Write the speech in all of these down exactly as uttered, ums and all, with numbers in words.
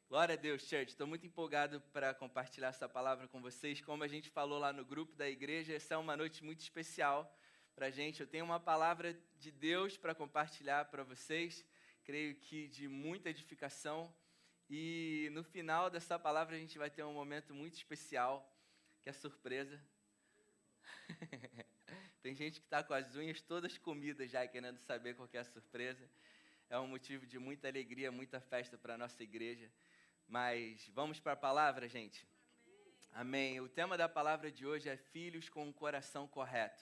Glória a Deus, Church. Estou muito empolgado para compartilhar essa palavra com vocês. Como a gente falou lá no grupo da igreja, essa é uma noite muito especial para a gente. Eu tenho uma palavra de Deus para compartilhar para vocês, creio que de muita edificação. E no final dessa palavra a gente vai ter um momento muito especial, que é surpresa. Tem gente que está com as unhas todas comidas já, querendo saber qual que é a surpresa. É um motivo de muita alegria, muita festa para a nossa igreja. Mas vamos para a palavra, gente? Amém. Amém. O tema da palavra de hoje é filhos com o coração correto.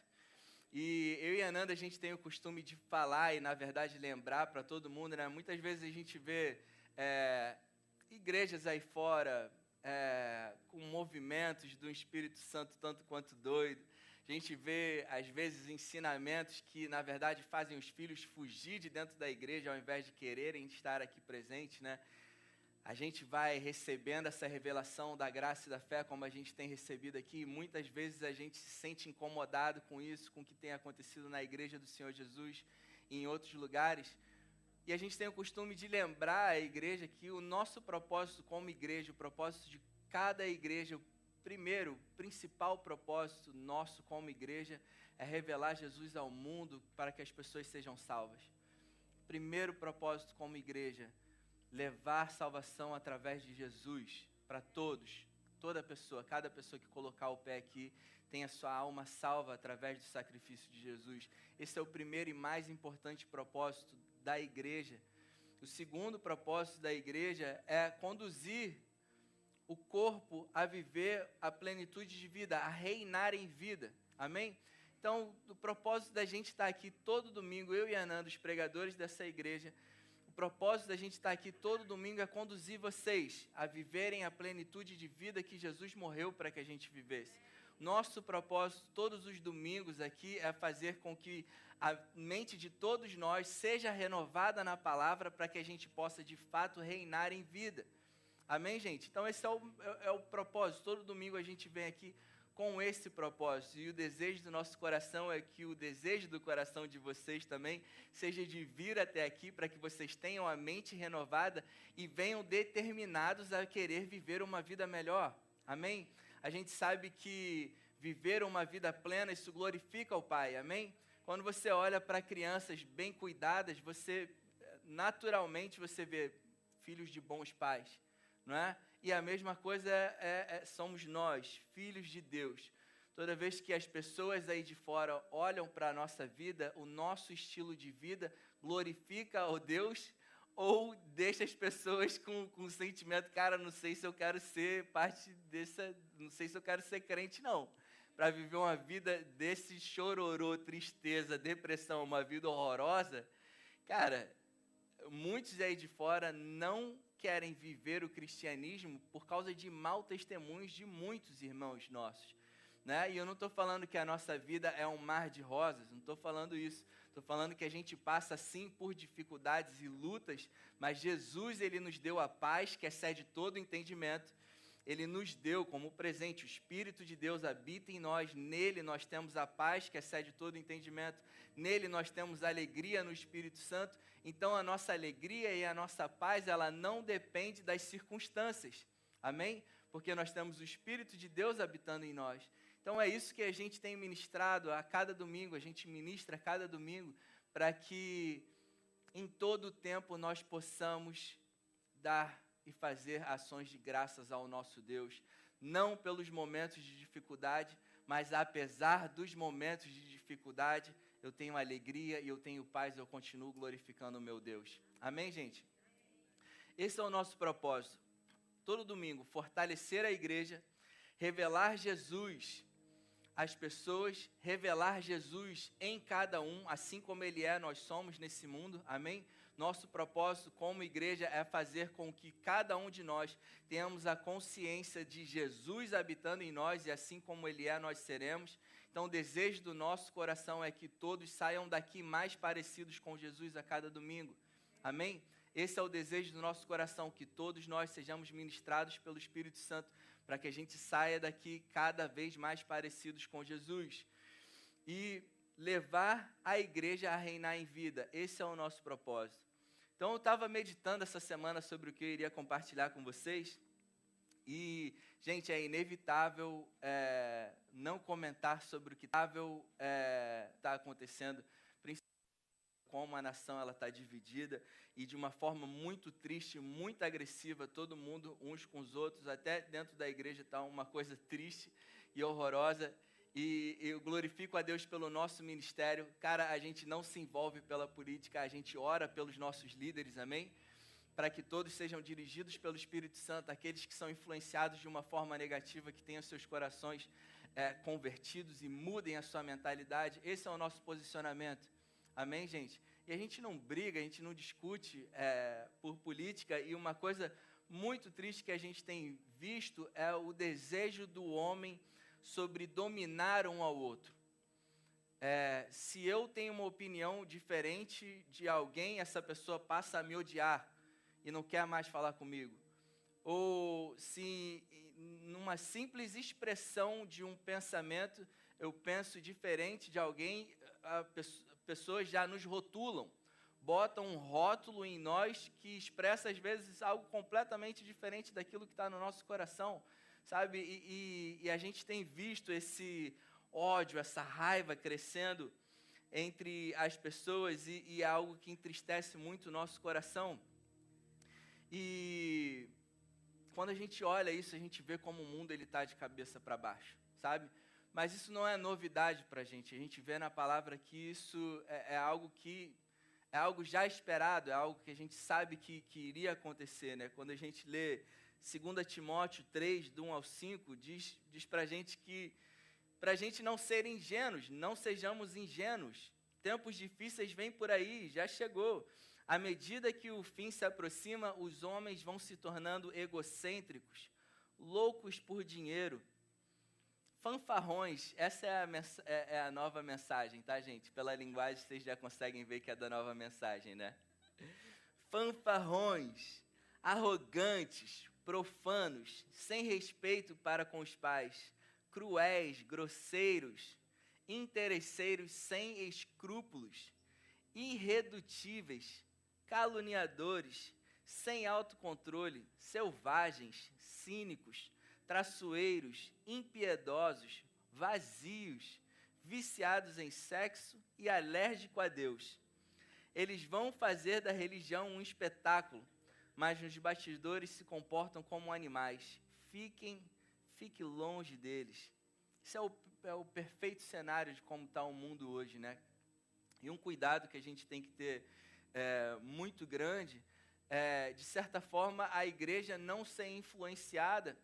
E eu e a Ananda, a gente tem o costume de falar e, na verdade, lembrar para todo mundo, né? Muitas vezes a gente vê é, igrejas aí fora é, com movimentos do Espírito Santo tanto quanto doido. A gente vê, às vezes, ensinamentos que, na verdade, fazem os filhos fugir de dentro da igreja ao invés de quererem estar aqui presentes, né? A gente vai recebendo essa revelação da graça e da fé, como a gente tem recebido aqui, e muitas vezes a gente se sente incomodado com isso, com o que tem acontecido na igreja do Senhor Jesus e em outros lugares. E a gente tem o costume de lembrar a igreja que o nosso propósito como igreja, o propósito de cada igreja, o primeiro, o principal propósito nosso como igreja é revelar Jesus ao mundo para que as pessoas sejam salvas. Primeiro propósito como igreja, levar salvação através de Jesus para todos, toda pessoa, cada pessoa que colocar o pé aqui tem a sua alma salva através do sacrifício de Jesus. Esse é o primeiro e mais importante propósito da igreja. O segundo propósito da igreja é conduzir o corpo a viver a plenitude de vida, a reinar em vida. Amém? Então, o propósito da gente estar aqui todo domingo, eu e a Ananda, os pregadores dessa igreja, o propósito da gente estar aqui todo domingo é conduzir vocês a viverem a plenitude de vida que Jesus morreu para que a gente vivesse. Nosso propósito todos os domingos aqui é fazer com que a mente de todos nós seja renovada na palavra para que a gente possa de fato reinar em vida. Amém, gente? Então esse é o, é, é o propósito. Todo domingo a gente vem aqui com esse propósito. E o desejo do nosso coração é que o desejo do coração de vocês também seja de vir até aqui para que vocês tenham a mente renovada e venham determinados a querer viver uma vida melhor. Amém? A gente sabe que viver uma vida plena, isso glorifica o Pai. Amém? Quando você olha para crianças bem cuidadas, você, naturalmente, você vê filhos de bons pais, não é? E a mesma coisa é, é, somos nós, filhos de Deus. Toda vez que as pessoas aí de fora olham para a nossa vida, o nosso estilo de vida glorifica ao Deus ou deixa as pessoas com, com o sentimento, cara, não sei se eu quero ser parte dessa, não sei se eu quero ser crente não. Para viver uma vida desse chororô, tristeza, depressão, uma vida horrorosa, cara, muitos aí de fora não querem viver o cristianismo por causa de mau testemunhos de muitos irmãos nossos, né? E eu não estou falando que a nossa vida é um mar de rosas, não estou falando isso. Estou falando que a gente passa sim por dificuldades e lutas, mas Jesus, ele nos deu a paz que excede todo entendimento. Ele nos deu como presente, o Espírito de Deus habita em nós, nele nós temos a paz que excede todo entendimento, nele nós temos alegria no Espírito Santo. Então a nossa alegria e a nossa paz, ela não depende das circunstâncias, amém? Porque nós temos o Espírito de Deus habitando em nós. Então é isso que a gente tem ministrado a cada domingo, a gente ministra a cada domingo, para que em todo o tempo nós possamos dar e fazer ações de graças ao nosso Deus, não pelos momentos de dificuldade, mas apesar dos momentos de dificuldade, eu tenho alegria e eu tenho paz, eu continuo glorificando o meu Deus. Amém, gente? Esse é o nosso propósito. Todo domingo, fortalecer a igreja, revelar Jesus às pessoas, revelar Jesus em cada um, assim como Ele é, nós somos nesse mundo. Amém? Nosso propósito como igreja é fazer com que cada um de nós tenhamos a consciência de Jesus habitando em nós e assim como Ele é, nós seremos. Então o desejo do nosso coração é que todos saiam daqui mais parecidos com Jesus a cada domingo. Amém? Esse é o desejo do nosso coração, que todos nós sejamos ministrados pelo Espírito Santo para que a gente saia daqui cada vez mais parecidos com Jesus. E levar a igreja a reinar em vida. Esse é o nosso propósito. Então, eu estava meditando essa semana sobre o que eu iria compartilhar com vocês. E, gente, é inevitável é, não comentar sobre o que está é, tá acontecendo, principalmente como a nação está dividida e de uma forma muito triste, muito agressiva, todo mundo uns com os outros, até dentro da igreja está uma coisa triste e horrorosa. E eu glorifico a Deus pelo nosso ministério. Cara, a gente não se envolve pela política, a gente ora pelos nossos líderes, amém? Para que todos sejam dirigidos pelo Espírito Santo, aqueles que são influenciados de uma forma negativa, que tenham seus corações é, convertidos e mudem a sua mentalidade. Esse é o nosso posicionamento, amém, gente? E a gente não briga, a gente não discute é, por política, e uma coisa muito triste que a gente tem visto é o desejo do homem sobre dominar um ao outro. É, se eu tenho uma opinião diferente de alguém, essa pessoa passa a me odiar e não quer mais falar comigo. Ou se numa simples expressão de um pensamento, eu penso diferente de alguém, as pessoas já nos rotulam, botam um rótulo em nós que expressa às vezes algo completamente diferente daquilo que está no nosso coração, sabe? E, e, e a gente tem visto esse ódio, essa raiva crescendo entre as pessoas e, e é algo que entristece muito o nosso coração. E quando a gente olha isso, a gente vê como o mundo está de cabeça para baixo, sabe? Mas isso não é novidade para a gente. A gente vê na palavra que isso é, é algo que é algo já esperado, é algo que a gente sabe que, que iria acontecer, né? Quando a gente lê Segunda Timóteo três, do um ao cinco, diz, diz para a gente que, para a gente não ser ingênuos, não sejamos ingênuos. Tempos difíceis vêm por aí, já chegou. À medida que o fim se aproxima, os homens vão se tornando egocêntricos, loucos por dinheiro, fanfarrões. Essa é a, mens- é, é a nova mensagem, tá, gente? Pela linguagem, vocês já conseguem ver que é da nova mensagem, né? Fanfarrões, arrogantes, profanos, sem respeito para com os pais, cruéis, grosseiros, interesseiros sem escrúpulos, irredutíveis, caluniadores, sem autocontrole, selvagens, cínicos, traiçoeiros, impiedosos, vazios, viciados em sexo e alérgicos a Deus. Eles vão fazer da religião um espetáculo, mas nos bastidores se comportam como animais. Fiquem, fique longe deles. Isso é o, é o perfeito cenário de como está o mundo hoje, né? E um cuidado que a gente tem que ter é, muito grande, é, de certa forma, a igreja não ser influenciada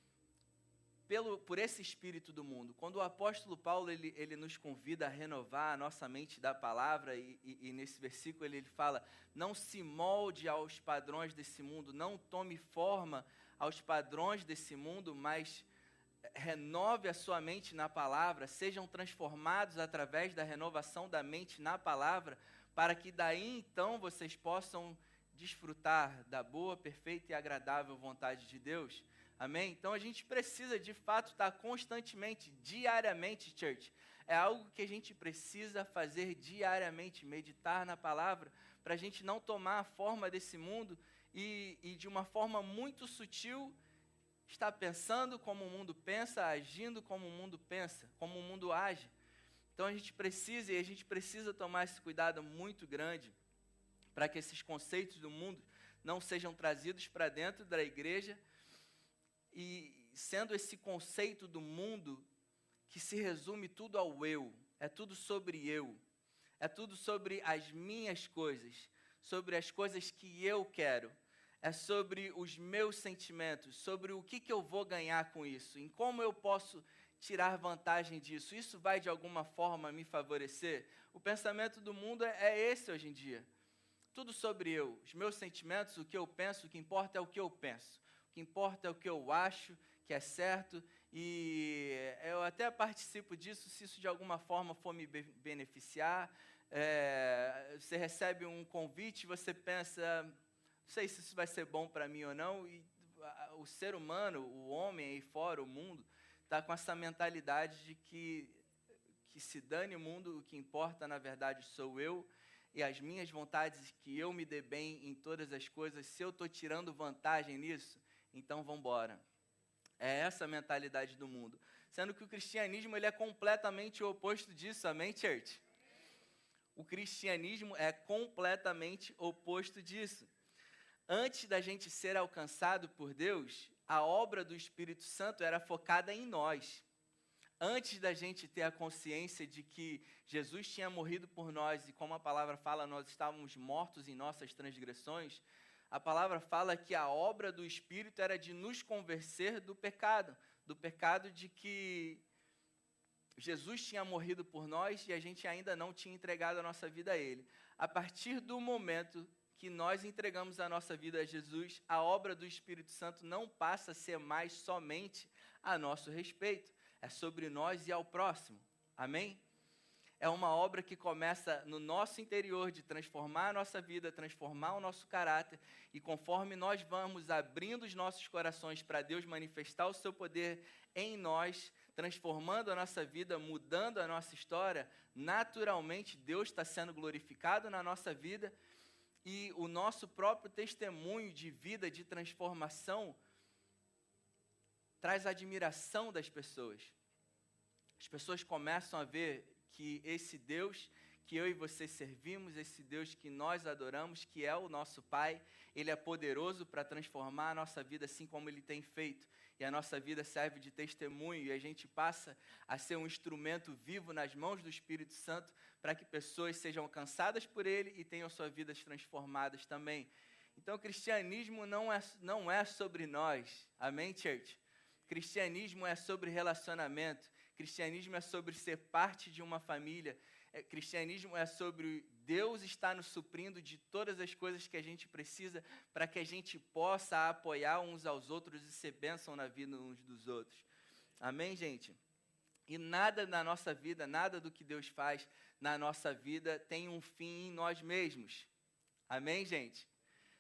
pelo, por esse espírito do mundo. Quando o apóstolo Paulo ele, ele nos convida a renovar a nossa mente da palavra, e, e, e nesse versículo ele, ele fala, não se molde aos padrões desse mundo, não tome forma aos padrões desse mundo, mas renove a sua mente na palavra, sejam transformados através da renovação da mente na palavra, para que daí então vocês possam desfrutar da boa, perfeita e agradável vontade de Deus. Amém? Então a gente precisa de fato estar constantemente, diariamente, church. É algo que a gente precisa fazer diariamente, meditar na palavra, para a gente não tomar a forma desse mundo e, e de uma forma muito sutil, estar pensando como o mundo pensa, agindo como o mundo pensa, como o mundo age. Então a gente precisa, e a gente precisa tomar esse cuidado muito grande, para que esses conceitos do mundo não sejam trazidos para dentro da igreja, e sendo esse conceito do mundo que se resume tudo ao eu, é tudo sobre eu, é tudo sobre as minhas coisas, sobre as coisas que eu quero, é sobre os meus sentimentos, sobre o que, que eu vou ganhar com isso, em como eu posso tirar vantagem disso, isso vai de alguma forma me favorecer? O pensamento do mundo é, é esse hoje em dia, tudo sobre eu, os meus sentimentos, o que eu penso, o que importa é o que eu penso. O que importa é o que eu acho que é certo, e eu até participo disso se isso de alguma forma for me beneficiar. É, você recebe um convite, você pensa, não sei se isso vai ser bom para mim ou não, e o ser humano, o homem aí fora, o mundo, está com essa mentalidade de que, que se dane o mundo, o que importa na verdade sou eu, e as minhas vontades, que eu me dê bem em todas as coisas, se eu estou tirando vantagem nisso, então vamos embora. É essa a mentalidade do mundo. Sendo que o cristianismo ele é completamente o oposto disso, amém, church? O cristianismo é completamente oposto disso. Antes da gente ser alcançado por Deus, a obra do Espírito Santo era focada em nós. Antes da gente ter a consciência de que Jesus tinha morrido por nós e como a palavra fala, nós estávamos mortos em nossas transgressões, a palavra fala que a obra do Espírito era de nos convencer do pecado, do pecado de que Jesus tinha morrido por nós e a gente ainda não tinha entregado a nossa vida a Ele. A partir do momento que nós entregamos a nossa vida a Jesus, a obra do Espírito Santo não passa a ser mais somente a nosso respeito. É sobre nós e ao próximo. Amém? É uma obra que começa no nosso interior, de transformar a nossa vida, transformar o nosso caráter. E conforme nós vamos abrindo os nossos corações para Deus manifestar o seu poder em nós, transformando a nossa vida, mudando a nossa história, naturalmente Deus está sendo glorificado na nossa vida. E o nosso próprio testemunho de vida, de transformação, traz admiração das pessoas. As pessoas começam a ver que esse Deus que eu e você servimos, esse Deus que nós adoramos, que é o nosso Pai, Ele é poderoso para transformar a nossa vida assim como Ele tem feito. E a nossa vida serve de testemunho e a gente passa a ser um instrumento vivo nas mãos do Espírito Santo para que pessoas sejam alcançadas por Ele e tenham suas vidas transformadas também. Então, o cristianismo não é, não é sobre nós. Amém, church? Cristianismo é sobre relacionamento. Cristianismo é sobre ser parte de uma família. É, cristianismo é sobre Deus estar nos suprindo de todas as coisas que a gente precisa para que a gente possa apoiar uns aos outros e ser bênção na vida uns dos outros. Amém, gente? E nada na nossa vida, nada do que Deus faz na nossa vida tem um fim em nós mesmos. Amém, gente?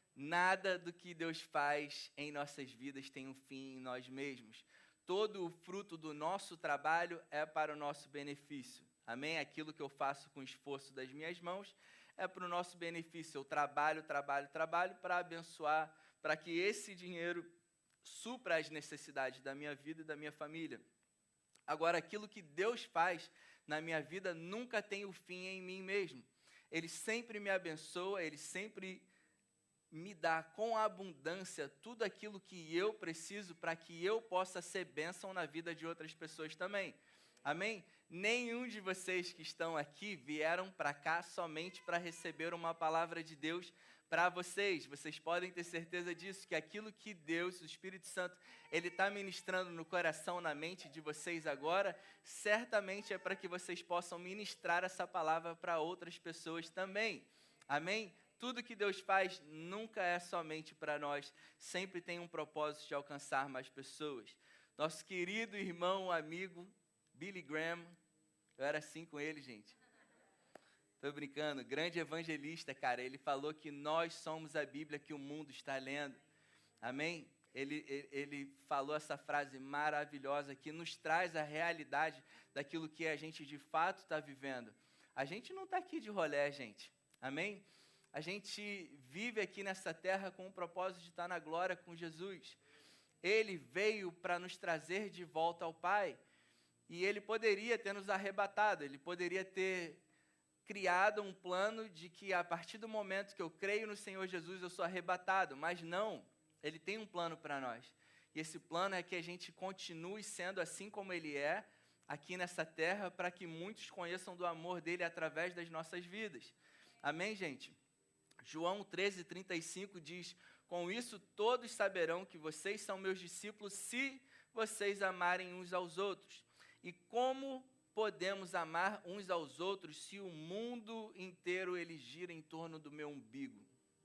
Nada do que Deus faz em nossas vidas tem um fim em nós mesmos. Todo o fruto do nosso trabalho é para o nosso benefício. Amém? Aquilo que eu faço com o esforço das minhas mãos é para o nosso benefício. Eu trabalho, trabalho, trabalho para abençoar, para que esse dinheiro supra as necessidades da minha vida e da minha família. Agora, aquilo que Deus faz na minha vida nunca tem o fim em mim mesmo. Ele sempre me abençoa, Ele sempre me dá com abundância tudo aquilo que eu preciso para que eu possa ser bênção na vida de outras pessoas também. Amém? Nenhum de vocês que estão aqui vieram para cá somente para receber uma palavra de Deus para vocês. Vocês podem ter certeza disso, que aquilo que Deus, o Espírito Santo, Ele está ministrando no coração, na mente de vocês agora, certamente é para que vocês possam ministrar essa palavra para outras pessoas também. Amém? Tudo que Deus faz nunca é somente para nós, sempre tem um propósito de alcançar mais pessoas. Nosso querido irmão, amigo, Billy Graham, eu era assim com ele, gente. Tô brincando, grande evangelista, cara, ele falou que nós somos a Bíblia que o mundo está lendo. Amém? Ele, ele, ele falou essa frase maravilhosa que nos traz a realidade daquilo que a gente de fato está vivendo. A gente não está aqui de rolé, gente. Amém? A gente vive aqui nessa terra com o propósito de estar na glória com Jesus. Ele veio para nos trazer de volta ao Pai. E Ele poderia ter nos arrebatado. Ele poderia ter criado um plano de que a partir do momento que eu creio no Senhor Jesus, eu sou arrebatado. Mas não, Ele tem um plano para nós. E esse plano é que a gente continue sendo assim como Ele é, aqui nessa terra, para que muitos conheçam do amor dEle através das nossas vidas. Amém, gente? João treze, trinta e cinco diz: com isso todos saberão que vocês são meus discípulos se vocês amarem uns aos outros. E como podemos amar uns aos outros se o mundo inteiro ele gira em torno do meu umbigo?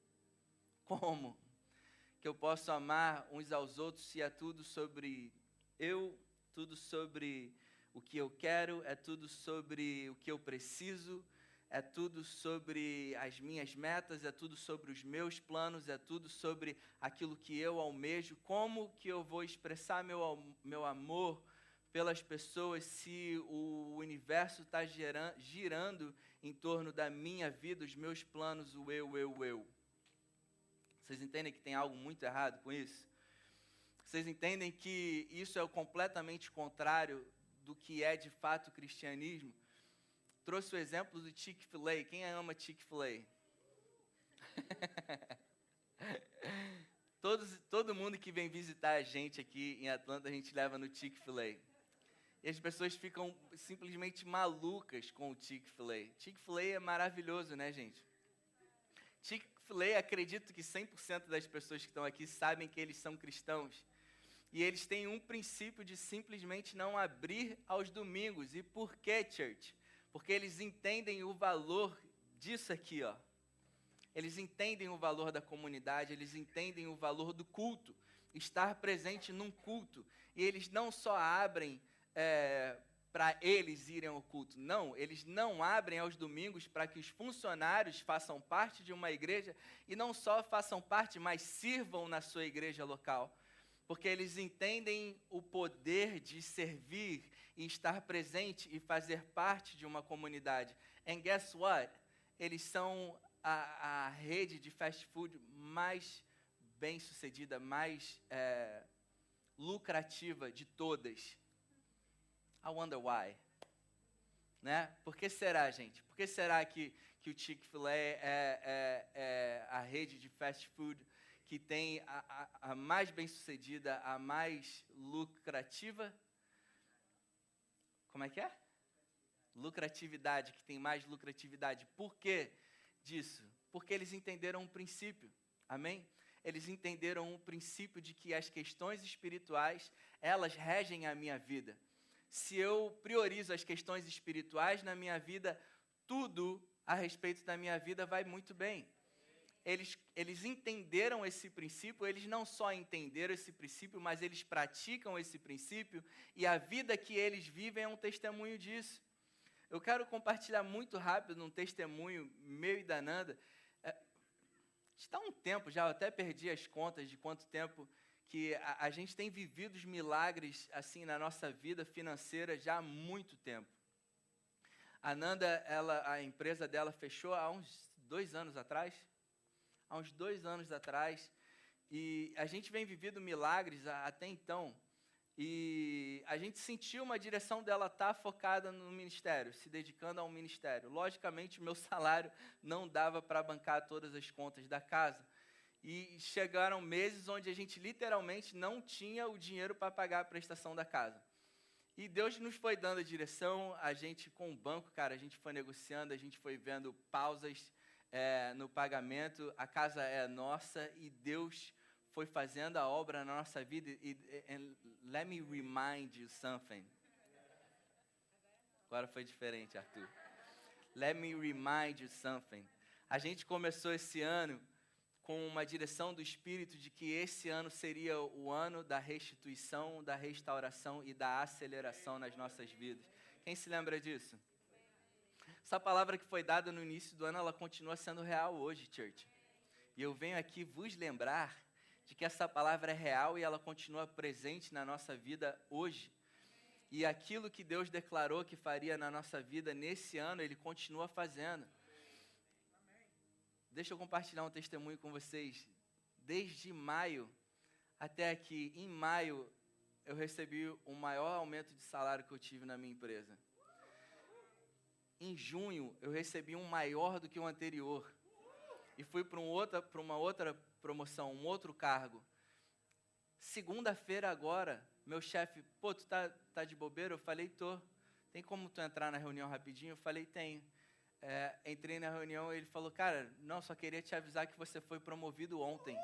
Como que eu posso amar uns aos outros se é tudo sobre eu, tudo sobre o que eu quero, é tudo sobre o que eu preciso, é tudo sobre as minhas metas, é tudo sobre os meus planos, é tudo sobre aquilo que eu almejo? Como que eu vou expressar meu, meu amor pelas pessoas se o universo está girando em torno da minha vida, os meus planos, o eu, eu, eu? Vocês entendem que tem algo muito errado com isso? Vocês entendem que isso é completamente contrário do que é de fato o cristianismo? Trouxe o exemplo do Chick-fil-A. Quem ama Chick-fil-A? Todos, todo mundo que vem visitar a gente aqui em Atlanta, a gente leva no Chick-fil-A. E as pessoas ficam simplesmente malucas com o Chick-fil-A. Chick-fil-A é maravilhoso, né, gente? Chick-fil-A, acredito que cem por cento das pessoas que estão aqui sabem que eles são cristãos. E eles têm um princípio de simplesmente não abrir aos domingos. E por quê, church? Porque eles entendem o valor disso aqui, ó. Eles entendem o valor da comunidade, eles entendem o valor do culto, estar presente num culto. E eles não só abrem é, para eles irem ao culto, não, eles não abrem aos domingos para que os funcionários façam parte de uma igreja e não só façam parte, mas sirvam na sua igreja local. Porque eles entendem o poder de servir e estar presente e fazer parte de uma comunidade. And guess what? Eles são a, a rede de fast food mais bem-sucedida, mais é, lucrativa de todas. I wonder why. Né? Por que será, gente? Por que será que, que o Chick-fil-A é, é, é a rede de fast food que tem a, a, a mais bem-sucedida, a mais lucrativa? Como é que é? Lucratividade, que tem mais lucratividade. Por que disso? Porque eles entenderam um princípio. Amém? Eles entenderam o princípio de que as questões espirituais, elas regem a minha vida. Se eu priorizo as questões espirituais na minha vida, tudo a respeito da minha vida vai muito bem. Eles, eles entenderam esse princípio, eles não só entenderam esse princípio, mas eles praticam esse princípio, e a vida que eles vivem é um testemunho disso. Eu quero compartilhar muito rápido um testemunho meu e da Nanda. É, está há um tempo já, eu até perdi as contas de quanto tempo que a, a gente tem vivido os milagres assim na nossa vida financeira já há muito tempo. A Nanda, ela, a empresa dela fechou há uns dois anos atrás, há uns dois anos atrás, e a gente vem vivendo milagres até então, e a gente sentiu uma direção dela estar focada no ministério, se dedicando ao ministério. Logicamente, o meu salário não dava para bancar todas as contas da casa, e chegaram meses onde a gente literalmente não tinha o dinheiro para pagar a prestação da casa. E Deus nos foi dando a direção, a gente com o banco, cara, a gente foi negociando, a gente foi vendo pausas é, no pagamento, a casa é nossa e Deus foi fazendo a obra na nossa vida. E, and let me remind you something. Agora foi diferente, Arthur. Let me remind you something. A gente começou esse ano com uma direção do Espírito de que esse ano seria o ano da restituição, da restauração e da aceleração nas nossas vidas. Quem se lembra disso? Essa palavra que foi dada no início do ano, ela continua sendo real hoje, church. E eu venho aqui vos lembrar de que essa palavra é real e ela continua presente na nossa vida hoje. E aquilo que Deus declarou que faria na nossa vida nesse ano, Ele continua fazendo. Deixa eu compartilhar um testemunho com vocês. Desde maio até aqui, em maio, eu recebi o maior aumento de salário que eu tive na minha empresa. Em junho, eu recebi um maior do que o anterior. E fui para um outra, para uma outra promoção, um outro cargo. Segunda-feira agora, meu chefe, pô, tu tá, tá de bobeira? Eu falei, tô. Tem como tu entrar na reunião rapidinho? Eu falei, tenho. É, entrei na reunião e ele falou, cara, não, só queria te avisar que você foi promovido ontem.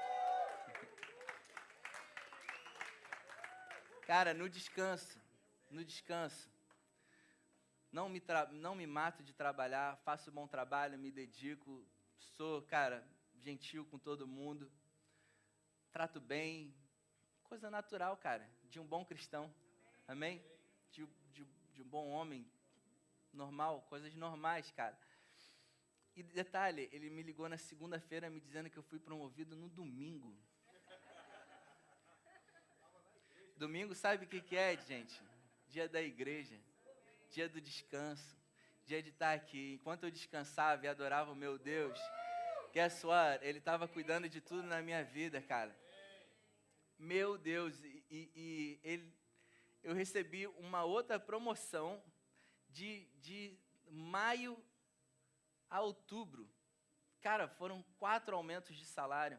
Cara, no descanso, no descanso. Não me, tra- não me mato de trabalhar, faço bom trabalho, me dedico, sou, cara, gentil com todo mundo, trato bem, coisa natural, cara, de um bom cristão, amém? De, de, de um bom homem, normal, coisas normais, cara. E detalhe, ele me ligou na segunda-feira me dizendo que eu fui promovido no domingo. Domingo, sabe o que que é, gente? dia da igreja, dia do descanso, dia de estar aqui. Enquanto eu descansava e adorava o meu Deus, guess what? Ele estava cuidando de tudo na minha vida, cara. Meu Deus, e, e, e ele, eu recebi uma outra promoção de, de maio a outubro. Cara, foram quatro aumentos de salário.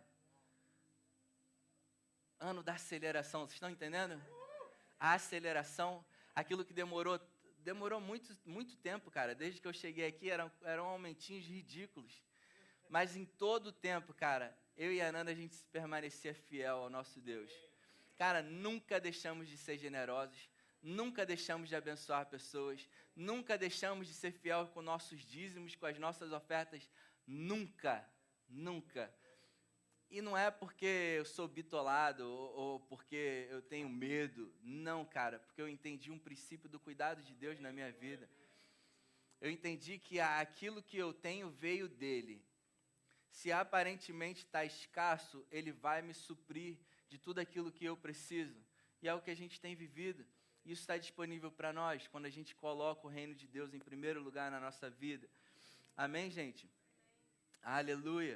Ano da aceleração, vocês estão entendendo? A aceleração, aquilo que demorou, demorou muito, muito tempo, cara. Desde que eu cheguei aqui, eram, eram aumentinhos ridículos. Mas em todo o tempo, cara, eu e a Nanda, a gente permanecia fiel ao nosso Deus. Cara, nunca deixamos de ser generosos, nunca deixamos de abençoar pessoas, nunca deixamos de ser fiel com nossos dízimos, com as nossas ofertas. Nunca, nunca. E não é porque eu sou bitolado ou, ou porque eu tenho medo. Não, cara, porque eu entendi um princípio do cuidado de Deus na minha vida. Eu entendi que aquilo que eu tenho veio dele. Se aparentemente está escasso, ele vai me suprir de tudo aquilo que eu preciso. E é o que a gente tem vivido. Isso está disponível para nós quando a gente coloca o reino de Deus em primeiro lugar na nossa vida. Amém, gente? Aleluia.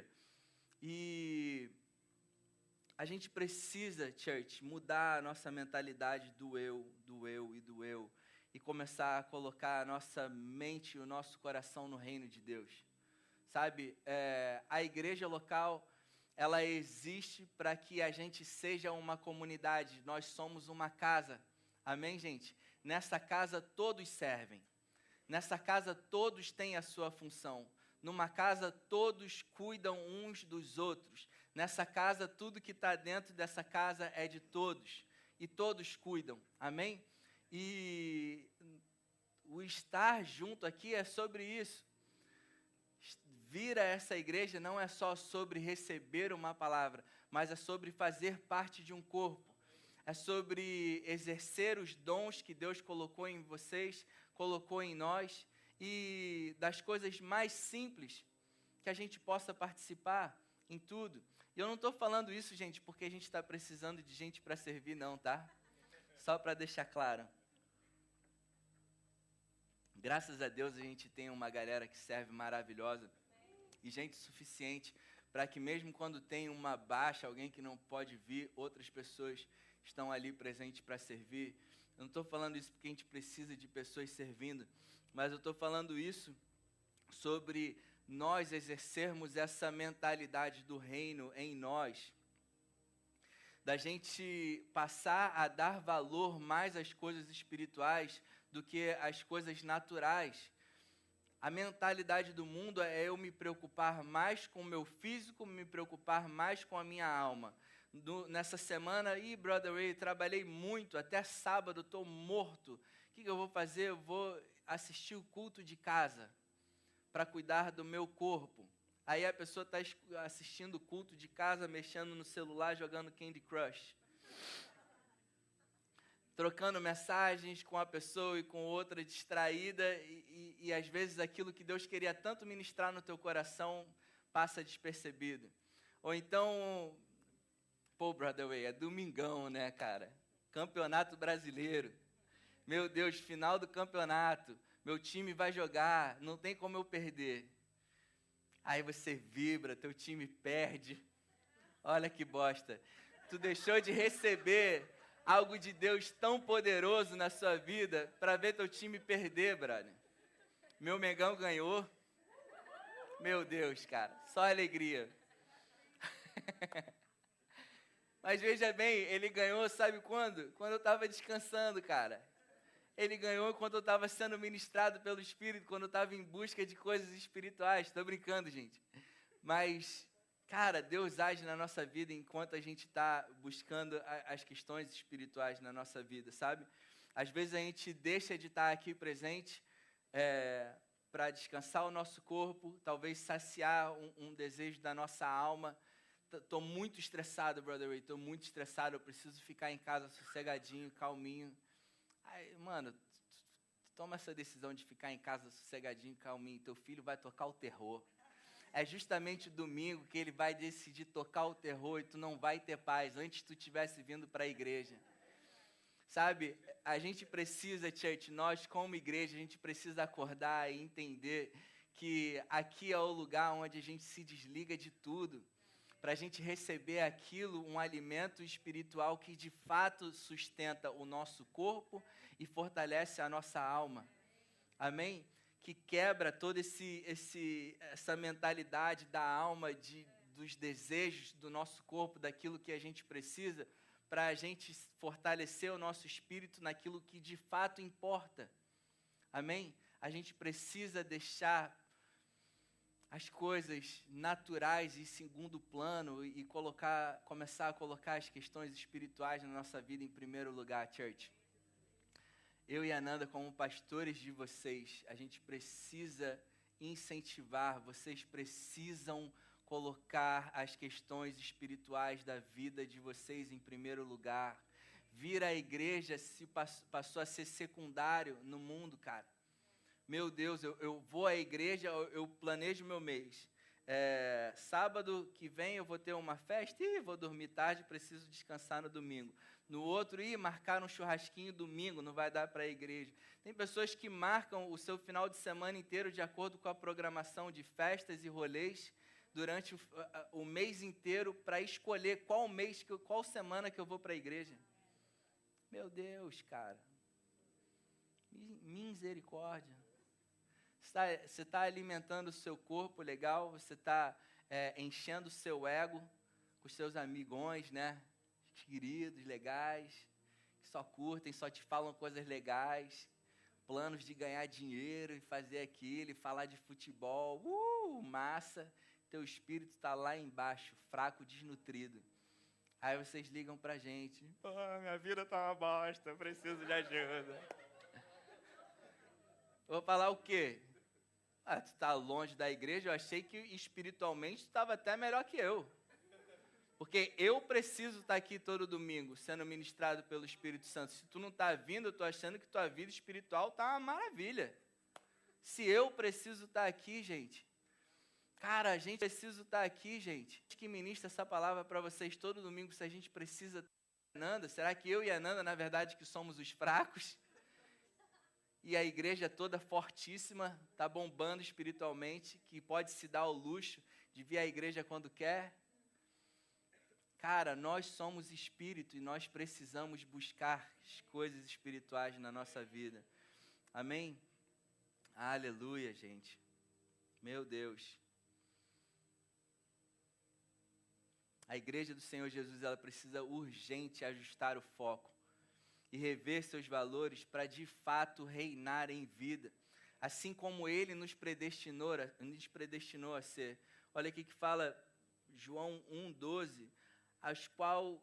E a gente precisa, church, mudar a nossa mentalidade do eu, do eu e do eu. E começar a colocar a nossa mente e o nosso coração no reino de Deus. Sabe, é, a igreja local, ela existe para que a gente seja uma comunidade. Nós somos uma casa. Amém, gente? Nessa casa todos servem. Nessa casa todos têm a sua função. Numa casa todos cuidam uns dos outros. Nessa casa tudo que está dentro dessa casa é de todos. E todos cuidam. Amém? E o estar junto aqui é sobre isso. Vir a essa igreja não é só sobre receber uma palavra, mas é sobre fazer parte de um corpo. É sobre exercer os dons que Deus colocou em vocês, colocou em nós, e das coisas mais simples que a gente possa participar em tudo. E eu não estou falando isso, gente, porque a gente está precisando de gente para servir, não, tá? Só para deixar claro. Graças a Deus a gente tem uma galera que serve maravilhosa e gente suficiente para que mesmo quando tem uma baixa, alguém que não pode vir, outras pessoas estão ali presentes para servir. Eu não estou falando isso porque a gente precisa de pessoas servindo, mas eu estou falando isso sobre nós exercermos essa mentalidade do reino em nós, da gente passar a dar valor mais às coisas espirituais do que às coisas naturais. A mentalidade do mundo é eu me preocupar mais com o meu físico, me preocupar mais com a minha alma. Do, nessa semana, ih, Brother Ray, trabalhei muito, até sábado estou morto. O que, que eu vou fazer? Eu vou assistir o culto de casa para cuidar do meu corpo. Aí a pessoa está assistindo o culto de casa, mexendo no celular, jogando Candy Crush. Trocando mensagens com a pessoa e com outra distraída, e, e, e às vezes aquilo que Deus queria tanto ministrar no teu coração passa despercebido. Ou então, pô, Brother Way, é domingão, né, cara? Campeonato brasileiro. Meu Deus, final do campeonato. Meu time vai jogar, não tem como eu perder. Aí você vibra, teu time perde. Olha que bosta. Tu deixou de receber algo de Deus tão poderoso na sua vida para ver teu time perder, brother. Meu Mengão ganhou. Meu Deus, cara, só alegria. Mas veja bem, ele ganhou, sabe quando? Quando eu estava descansando, cara. Ele ganhou quando eu estava sendo ministrado pelo Espírito, quando eu estava em busca de coisas espirituais. Estou brincando, gente. Mas, cara, Deus age na nossa vida enquanto a gente está buscando a, as questões espirituais na nossa vida, sabe? Às vezes a gente deixa de estar aqui presente é, para descansar o nosso corpo, talvez saciar um, um desejo da nossa alma. Estou muito estressado, Brother Ray, estou muito estressado, eu preciso ficar em casa sossegadinho, calminho. Aí, mano, toma essa decisão de ficar em casa sossegadinho, calminho, teu filho vai tocar o terror. É justamente domingo que ele vai decidir tocar o terror e tu não vai ter paz, antes tu tivesse vindo para a igreja. Sabe, a gente precisa, church, nós como igreja, a gente precisa acordar e entender que aqui é o lugar onde a gente se desliga de tudo, para a gente receber aquilo, um alimento espiritual que de fato sustenta o nosso corpo e fortalece a nossa alma. Amém? Que quebra toda esse, esse, essa mentalidade da alma, de, dos desejos do nosso corpo, daquilo que a gente precisa, para a gente fortalecer o nosso espírito naquilo que de fato importa. Amém? A gente precisa deixar as coisas naturais em segundo plano e colocar, começar a colocar as questões espirituais na nossa vida em primeiro lugar, church. Eu e a Nanda, como pastores de vocês, a gente precisa incentivar, vocês precisam colocar as questões espirituais da vida de vocês em primeiro lugar. Vir à igreja se passou a ser secundário no mundo, cara. Meu Deus, eu, eu vou à igreja, eu, eu planejo meu mês. É, sábado que vem eu vou ter uma festa, e vou dormir tarde, preciso descansar no domingo. No outro, ih, marcar um churrasquinho domingo, não vai dar para a igreja. Tem pessoas que marcam o seu final de semana inteiro de acordo com a programação de festas e rolês durante o, o mês inteiro para escolher qual mês, qual semana que eu vou para a igreja. Meu Deus, cara. Misericórdia. Você está alimentando o seu corpo legal, você está é, enchendo o seu ego com os seus amigões, né? Queridos, legais, que só curtem, só te falam coisas legais, planos de ganhar dinheiro e fazer aquilo, e falar de futebol, uh, massa, teu espírito está lá embaixo, fraco, desnutrido. Aí vocês ligam pra gente, pô, minha vida tá uma bosta, eu preciso de ajuda. Vou falar o quê? Ah, tu está longe da igreja, eu achei que espiritualmente tu estava até melhor que eu. Porque eu preciso estar aqui todo domingo, sendo ministrado pelo Espírito Santo. Se tu não está vindo, eu estou achando que tua vida espiritual está uma maravilha. Se eu preciso estar aqui, gente, cara, a gente precisa estar aqui, gente. Que ministra essa palavra para vocês todo domingo, se a gente precisa estar com a Nanda. Será que eu e a Nanda, na verdade, que somos os fracos? E a igreja toda fortíssima, está bombando espiritualmente, que pode se dar o luxo de vir à igreja quando quer? Cara, nós somos espírito e nós precisamos buscar as coisas espirituais na nossa vida. Amém? Aleluia, gente. Meu Deus. A igreja do Senhor Jesus, ela precisa urgente ajustar o foco e rever seus valores para de fato reinar em vida, assim como Ele nos predestinou, nos predestinou a ser. Olha aqui que fala João um, doze, aos qual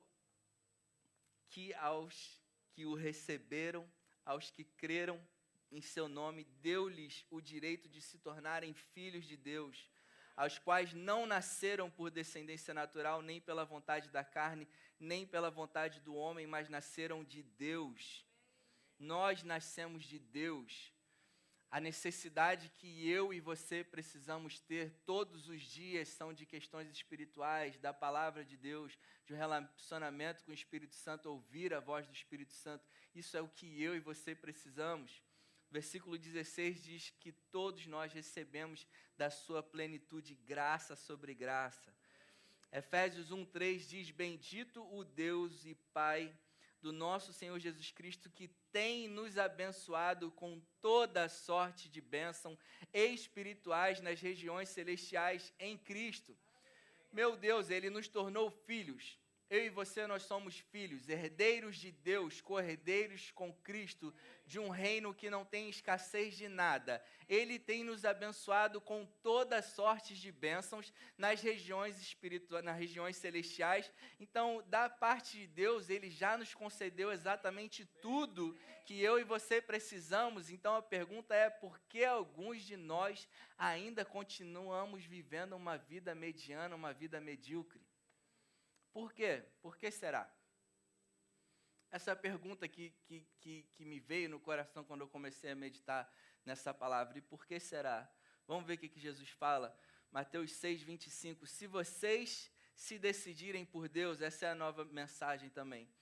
que aos que o receberam, aos que creram em seu nome, deu-lhes o direito de se tornarem filhos de Deus, aos quais não nasceram por descendência natural, nem pela vontade da carne, nem pela vontade do homem, mas nasceram de Deus. Nós nascemos de Deus. A necessidade que eu e você precisamos ter todos os dias são de questões espirituais, da palavra de Deus, de um relacionamento com o Espírito Santo, ouvir a voz do Espírito Santo. Isso é o que eu e você precisamos. Versículo dezesseis diz que todos nós recebemos da sua plenitude graça sobre graça. Efésios um, três diz, bendito o Deus e Pai do nosso Senhor Jesus Cristo, que tem nos abençoado com toda sorte de bênção espirituais nas regiões celestiais em Cristo. Meu Deus, Ele nos tornou filhos. Eu e você, nós somos filhos, herdeiros de Deus, co-herdeiros com Cristo, de um reino que não tem escassez de nada. Ele tem nos abençoado com toda sorte de bênçãos nas regiões espirituais, nas regiões celestiais. Então, da parte de Deus, Ele já nos concedeu exatamente tudo que eu e você precisamos. Então, a pergunta é, por que alguns de nós ainda continuamos vivendo uma vida mediana, uma vida medíocre? Por quê? Por que será? Essa é a pergunta que, que, que, que me veio no coração quando eu comecei a meditar nessa palavra. E por que será? Vamos ver o que, que Jesus fala. Mateus seis, vinte e cinco. Se vocês se decidirem por Deus, essa é a nova mensagem também.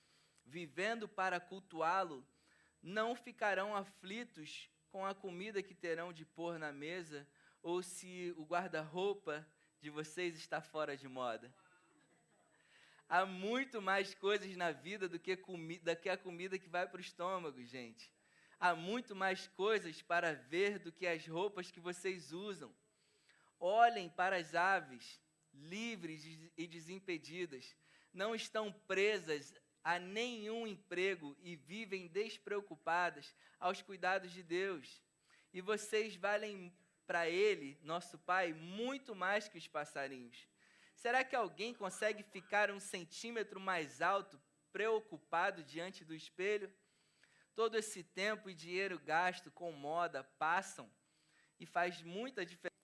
vivendo para cultuá-lo, não ficarão aflitos com a comida que terão de pôr na mesa, ou se o guarda-roupa de vocês está fora de moda. Há muito mais coisas na vida do que, comi- do que a comida que vai para o estômago, gente. Há muito mais coisas para ver do que as roupas que vocês usam. Olhem para as aves, livres e desimpedidas. Não estão presas a nenhum emprego e vivem despreocupadas aos cuidados de Deus. E vocês valem para Ele, nosso Pai, muito mais que os passarinhos. Será que alguém consegue ficar um centímetro mais alto, preocupado diante do espelho? Todo esse tempo e dinheiro gasto com moda passam e faz muita diferença.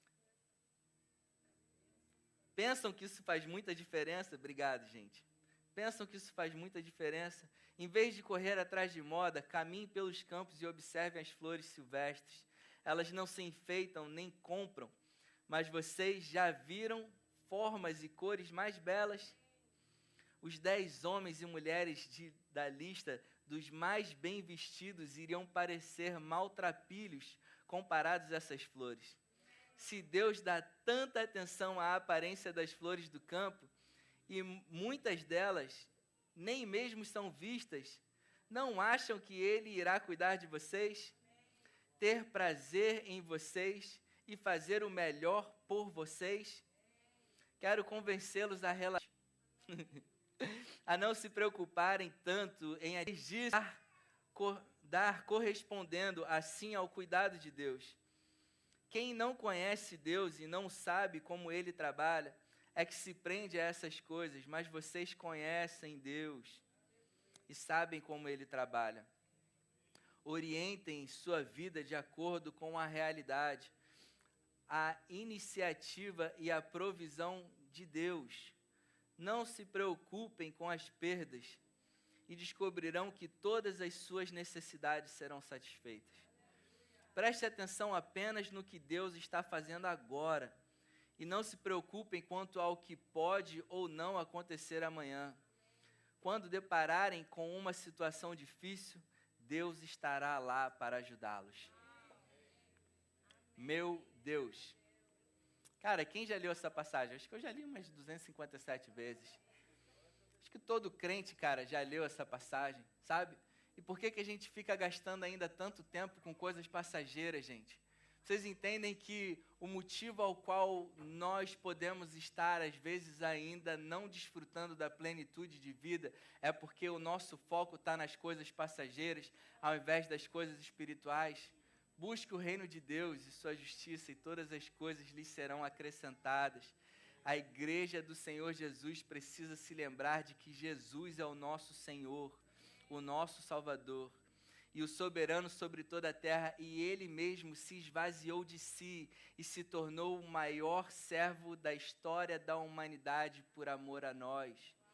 Pensam que isso faz muita diferença? Obrigado, gente. Pensam que isso faz muita diferença? Em vez de correr atrás de moda, caminhem pelos campos e observem as flores silvestres. Elas não se enfeitam nem compram, mas vocês já viram formas e cores mais belas? Os dez homens e mulheres de, da lista dos mais bem vestidos iriam parecer maltrapilhos comparados a essas flores. Se Deus dá tanta atenção à aparência das flores do campo, e muitas delas nem mesmo são vistas, não acham que Ele irá cuidar de vocês? Ter prazer em vocês e fazer o melhor por vocês? Quero convencê-los a relaxar, a não se preocuparem tanto em dar, dar correspondendo assim ao cuidado de Deus. Quem não conhece Deus e não sabe como Ele trabalha, é que se prende a essas coisas, mas vocês conhecem Deus e sabem como Ele trabalha. Orientem sua vida de acordo com a realidade, a iniciativa e a provisão de Deus. Não se preocupem com as perdas e descobrirão que todas as suas necessidades serão satisfeitas. Preste atenção apenas no que Deus está fazendo agora e não se preocupem quanto ao que pode ou não acontecer amanhã. Quando depararem com uma situação difícil, Deus estará lá para ajudá-los. Meu Deus. Cara, quem já leu essa passagem? Acho que eu já li umas duzentas e cinquenta e sete vezes. Acho que todo crente, cara, já leu essa passagem, sabe? E por que que a gente fica gastando ainda tanto tempo com coisas passageiras, gente? Vocês entendem que o motivo ao qual nós podemos estar, às vezes, ainda não desfrutando da plenitude de vida é porque o nosso foco está nas coisas passageiras, ao invés das coisas espirituais? Busque o reino de Deus e sua justiça, e todas as coisas lhes serão acrescentadas. A igreja do Senhor Jesus precisa se lembrar de que Jesus é o nosso Senhor, o nosso Salvador, e o soberano sobre toda a terra, e Ele mesmo se esvaziou de si e se tornou o maior servo da história da humanidade por amor a nós.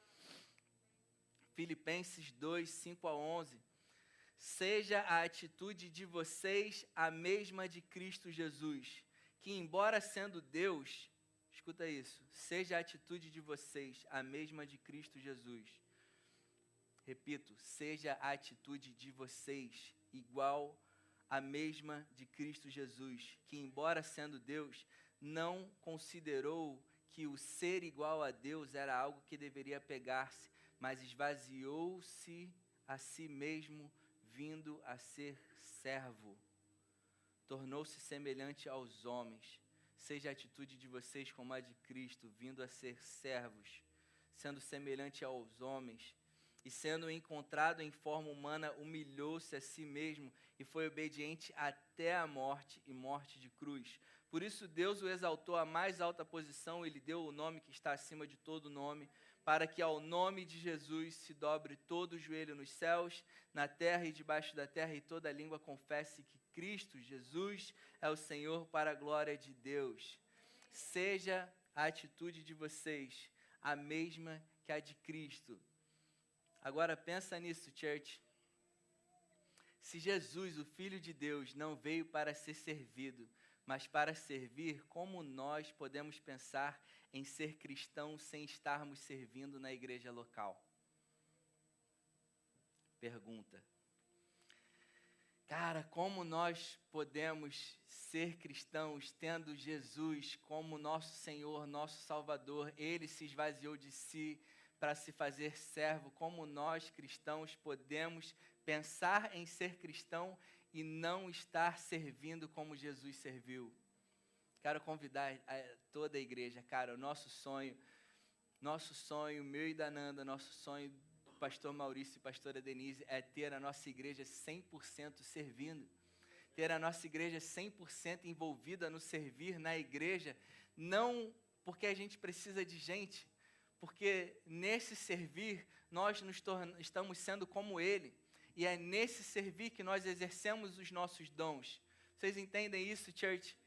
Filipenses dois, cinco a onze. Seja a atitude de vocês a mesma de Cristo Jesus, que embora sendo Deus, escuta isso, seja a atitude de vocês a mesma de Cristo Jesus. Repito, seja a atitude de vocês igual a mesma de Cristo Jesus, que embora sendo Deus, não considerou que o ser igual a Deus era algo que deveria pegar-se, mas esvaziou-se a si mesmo, vindo a ser servo. Tornou-se semelhante aos homens. Seja a atitude de vocês como a de Cristo, vindo a ser servos, sendo semelhante aos homens, e sendo encontrado em forma humana, humilhou-se a si mesmo e foi obediente até a morte e morte de cruz. Por isso Deus o exaltou à mais alta posição e lhe deu o nome que está acima de todo nome, para que ao nome de Jesus se dobre todo o joelho nos céus, na terra e debaixo da terra, e toda língua confesse que Cristo, Jesus, é o Senhor, para a glória de Deus. Seja a atitude de vocês a mesma que a de Cristo. Agora pensa nisso, church. Se Jesus, o Filho de Deus, não veio para ser servido, mas para servir, como nós podemos pensar em ser cristãos sem estarmos servindo na igreja local? pergunta. Cara, como nós podemos ser cristãos tendo Jesus como nosso Senhor, nosso Salvador? Ele se esvaziou de si para se fazer servo. Como nós, cristãos, podemos pensar em ser cristão e não estar servindo como Jesus serviu? Quero convidar toda a igreja, cara, o nosso sonho, nosso sonho, meu e da Nanda, nosso sonho, pastor Maurício e pastora Denise, é ter a nossa igreja cem por cento servindo, ter a nossa igreja cem por cento envolvida no servir na igreja, não porque a gente precisa de gente, porque nesse servir nós nos tornamos, estamos sendo como Ele, e é nesse servir que nós exercemos os nossos dons. Vocês entendem isso, church?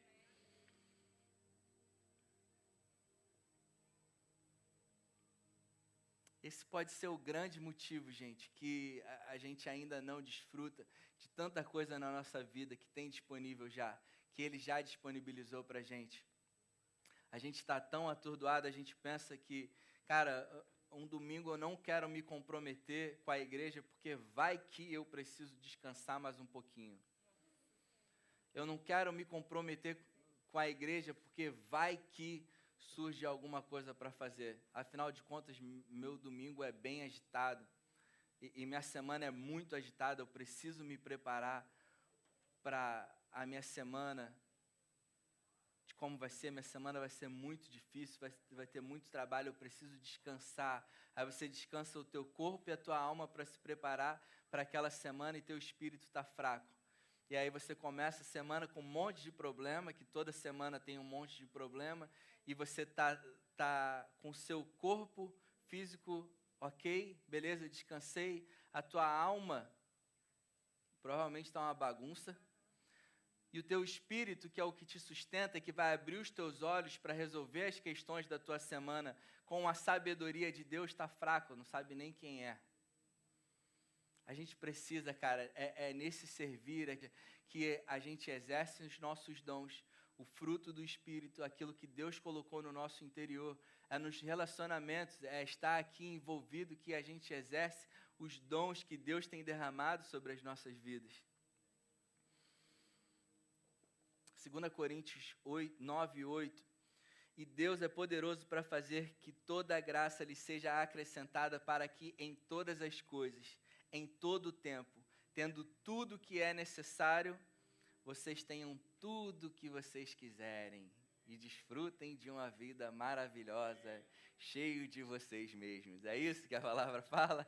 Esse pode ser o grande motivo, gente, que a, a gente ainda não desfruta de tanta coisa na nossa vida que tem disponível já, que Ele já disponibilizou para a gente. A gente está tão atordoado, a gente pensa que, cara, um domingo eu não quero me comprometer com a igreja, porque vai que eu preciso descansar mais um pouquinho. Eu não quero me comprometer com a igreja, porque vai que surge alguma coisa para fazer. Afinal de contas, meu domingo é bem agitado e, e minha semana é muito agitada. Eu preciso me preparar para a minha semana, de como vai ser. Minha semana vai ser muito difícil, vai, vai ter muito trabalho, eu preciso descansar. Aí você descansa o teu corpo e a tua alma para se preparar para aquela semana e teu espírito está fraco. E aí você começa a semana com um monte de problema, que toda semana tem um monte de problema, e você tá, tá com o seu corpo físico, ok, beleza, descansei, a tua alma provavelmente está uma bagunça, e o teu espírito, que é o que te sustenta, que vai abrir os teus olhos para resolver as questões da tua semana, com a sabedoria de Deus, está fraco, não sabe nem quem é. A gente precisa, cara, é, é nesse servir é que a gente exerce os nossos dons, o fruto do Espírito, aquilo que Deus colocou no nosso interior, é nos relacionamentos, é estar aqui envolvido que a gente exerce os dons que Deus tem derramado sobre as nossas vidas. dois Coríntios nove, oito. E Deus é poderoso para fazer que toda a graça lhe seja acrescentada para que em todas as coisas, em todo o tempo, tendo tudo o que é necessário, vocês tenham tudo o que vocês quiserem e desfrutem de uma vida maravilhosa, cheio de vocês mesmos. É isso que a palavra fala?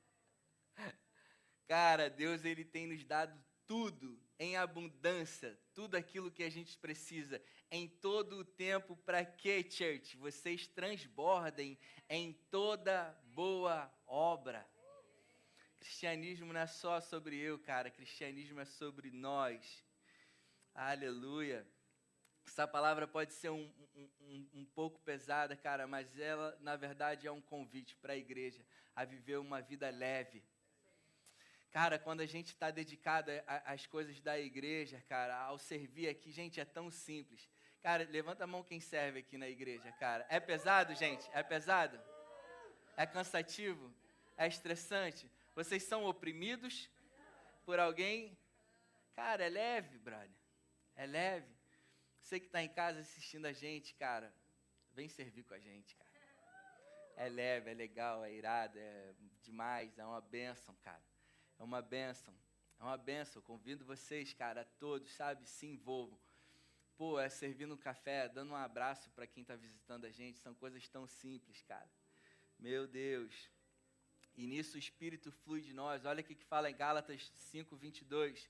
Cara, Deus, Ele tem nos dado tudo em abundância, tudo aquilo que a gente precisa, em todo o tempo, para que, church? Vocês transbordem em toda boa obra. Cristianismo não é só sobre eu, cara. Cristianismo é sobre nós. Aleluia. Essa palavra pode ser um, um, um, um pouco pesada, cara, mas ela, na verdade, é um convite para a igreja a viver uma vida leve. Cara, quando a gente está dedicado às coisas da igreja, cara, ao servir aqui, gente, é tão simples. Cara, levanta a mão quem serve aqui na igreja, cara. É pesado, gente? É pesado? É cansativo? É estressante? Vocês são oprimidos por alguém? Cara, é leve, brother. É leve. Você que está em casa assistindo a gente, cara, vem servir com a gente, cara. É leve, é legal, é irado, é demais, é uma bênção, cara. É uma bênção. É uma bênção. Eu convido vocês, cara, a todos, sabe, se envolvam. Pô, é servindo um café, dando um abraço para quem está visitando a gente, são coisas tão simples, cara. Meu Deus. E nisso o Espírito flui de nós. Olha o que fala em Gálatas cinco, vinte e dois.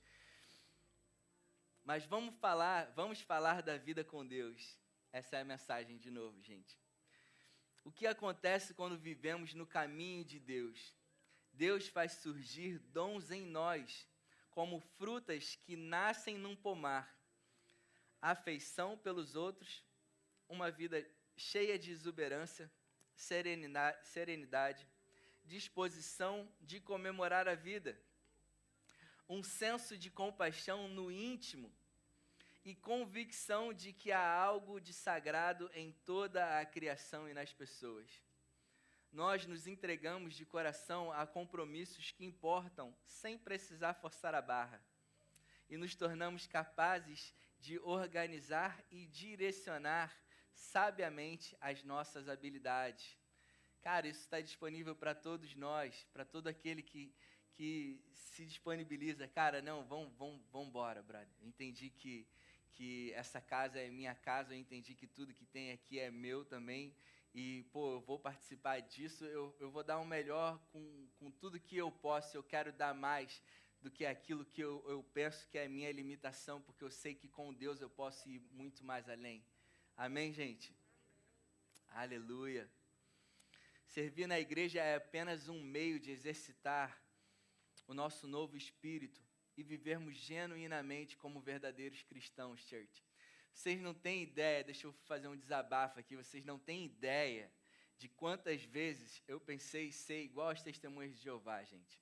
Mas vamos falar, vamos falar da vida com Deus. Essa é a mensagem de novo, gente. O que acontece quando vivemos no caminho de Deus? Deus faz surgir dons em nós, como frutas que nascem num pomar. Afeição pelos outros, uma vida cheia de exuberância, serenidade, disposição de comemorar a vida, um senso de compaixão no íntimo e convicção de que há algo de sagrado em toda a criação e nas pessoas. nós nos entregamos de coração a compromissos que importam, sem precisar forçar a barra. E nos tornamos capazes de organizar e direcionar sabiamente as nossas habilidades. Cara, isso está disponível para todos nós, para todo aquele que, que se disponibiliza. Cara, não, vamos, vamos, vamos embora, brother. Eu entendi que, que essa casa é minha casa, eu entendi que tudo que tem aqui é meu também. E, pô, eu vou participar disso, eu, eu vou dar o melhor com, com tudo que eu posso. Eu quero dar mais do que aquilo que eu, eu penso que é a minha limitação, porque eu sei que com Deus eu posso ir muito mais além. Amém, gente? Aleluia. Servir na igreja é apenas um meio de exercitar o nosso novo espírito e vivermos genuinamente como verdadeiros cristãos, church. Vocês não têm ideia, deixa eu fazer um desabafo aqui, vocês não têm ideia de quantas vezes eu pensei ser igual às testemunhas de Jeová, gente.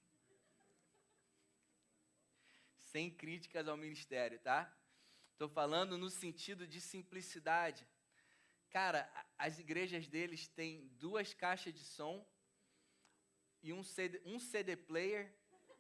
Sem críticas ao ministério, tá? Estou falando no sentido de simplicidade. Cara, as igrejas deles têm duas caixas de som e um C D, um C D player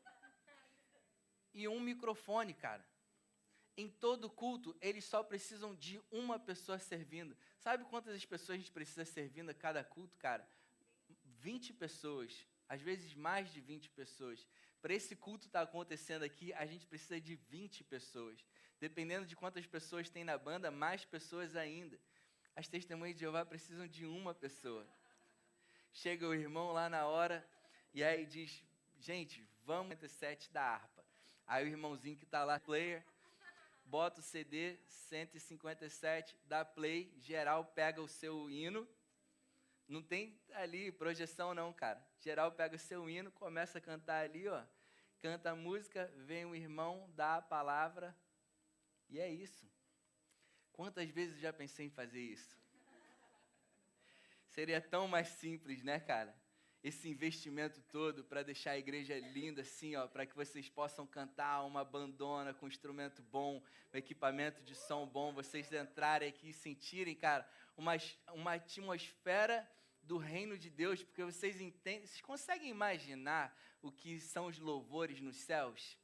e um microfone, cara. Em todo culto, eles só precisam de uma pessoa servindo. Sabe quantas pessoas a gente precisa servindo a cada culto, cara? vinte pessoas, às vezes mais de vinte pessoas. Para esse culto estar acontecendo aqui, a gente precisa de vinte pessoas. Dependendo de quantas pessoas tem na banda, mais pessoas ainda. As testemunhas de Jeová precisam de uma pessoa. Chega o irmão lá na hora e aí diz, gente, vamos no sete da harpa. Aí o irmãozinho que está lá, player, bota o C D, cento e cinquenta e sete, dá play, geral pega o seu hino. Não tem ali projeção não, cara. Geral pega o seu hino, começa a cantar ali, ó. Canta a música, vem o irmão, dá a palavra. E é isso. Quantas vezes eu já pensei em fazer isso? Seria tão mais simples, né, cara? Esse investimento todo para deixar a igreja linda assim, ó, para que vocês possam cantar uma bandona com instrumento bom, um equipamento de som bom, vocês entrarem aqui e sentirem, cara, uma, uma atmosfera do reino de Deus, porque vocês entendem, vocês conseguem imaginar o que são os louvores nos céus?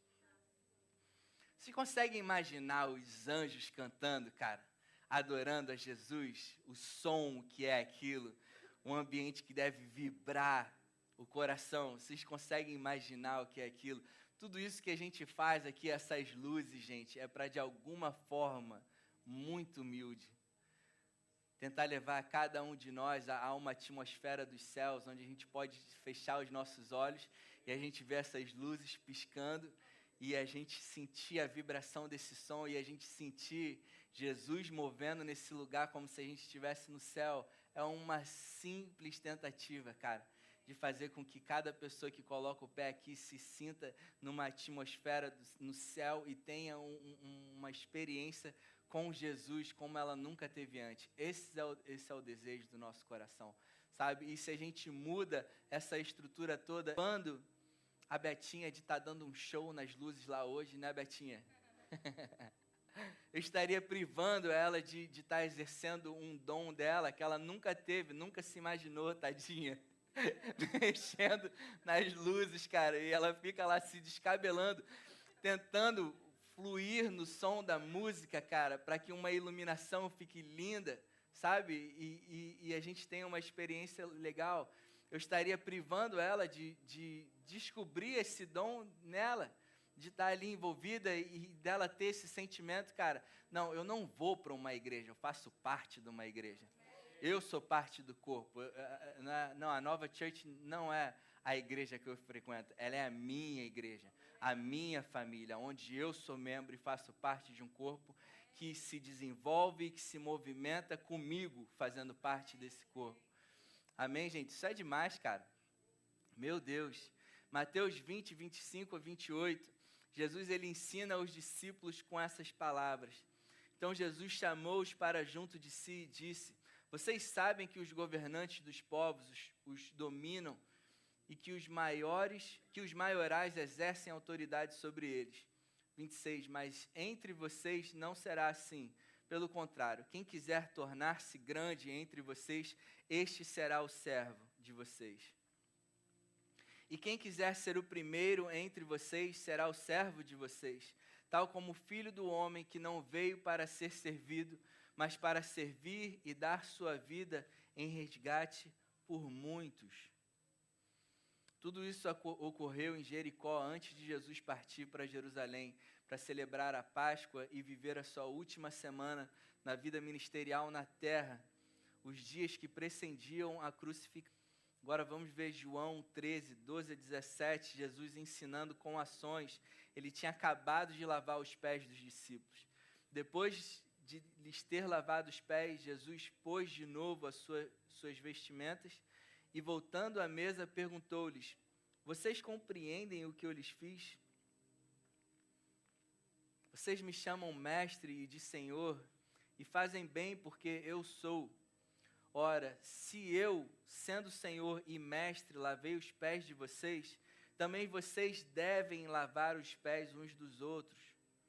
Vocês conseguem imaginar os anjos cantando, cara, adorando a Jesus, o som que é aquilo, um ambiente que deve vibrar o coração? Vocês conseguem imaginar o que é aquilo? Tudo isso que a gente faz aqui, essas luzes, gente, é para, de alguma forma, muito humilde, tentar levar cada um de nós a, a uma atmosfera dos céus, onde a gente pode fechar os nossos olhos e a gente vê essas luzes piscando e a gente sentir a vibração desse som e a gente sentir Jesus movendo nesse lugar como se a gente estivesse no céu. É uma simples tentativa, cara, de fazer com que cada pessoa que coloca o pé aqui se sinta numa atmosfera do, no céu e tenha um, um, uma experiência com Jesus como ela nunca teve antes. Esse é, o, esse é o desejo do nosso coração, sabe? E se a gente muda essa estrutura toda, quando a Betinha de estar dando um show nas luzes lá hoje, né, Betinha? Eu estaria privando ela de, de estar exercendo um dom dela, que ela nunca teve, nunca se imaginou, tadinha, mexendo nas luzes, cara, e ela fica lá se descabelando, tentando fluir no som da música, cara, para que uma iluminação fique linda, sabe? E, e, e a gente tenha uma experiência legal. Eu estaria privando ela de, de descobrir esse dom nela, de estar ali envolvida e dela ter esse sentimento, cara, não, eu não vou para uma igreja, eu faço parte de uma igreja. Eu sou parte do corpo. Não, a Nova Church não é a igreja que eu frequento, ela é a minha igreja, a minha família, onde eu sou membro e faço parte de um corpo que se desenvolve e que se movimenta comigo, fazendo parte desse corpo. Amém, gente? Isso é demais, cara. Meu Deus. Mateus vinte, vinte e cinco a vinte e oito. Jesus, ele ensina aos discípulos com essas palavras. Então, Jesus chamou-os para junto de si e disse: vocês sabem que os governantes dos povos os, os dominam e que os maiores, que os maiorais exercem autoridade sobre eles. vinte e seis. Mas entre vocês não será assim. Pelo contrário, quem quiser tornar-se grande entre vocês, este será o servo de vocês. E quem quiser ser o primeiro entre vocês será o servo de vocês, tal como o Filho do Homem, que não veio para ser servido, mas para servir e dar sua vida em resgate por muitos. Tudo isso ocorreu em Jericó antes de Jesus partir para Jerusalém, para celebrar a Páscoa e viver a sua última semana na vida ministerial na terra, os dias que precediam a crucificação. Agora vamos ver João treze, doze a dezessete, Jesus ensinando com ações. Ele tinha acabado de lavar os pés dos discípulos. Depois de lhes ter lavado os pés, Jesus pôs de novo as sua, suas vestimentas e, voltando à mesa, perguntou-lhes: vocês compreendem o que eu lhes fiz? Vocês me chamam mestre e de Senhor, e fazem bem porque eu sou. Ora, se eu, sendo Senhor e mestre, lavei os pés de vocês, também vocês devem lavar os pés uns dos outros.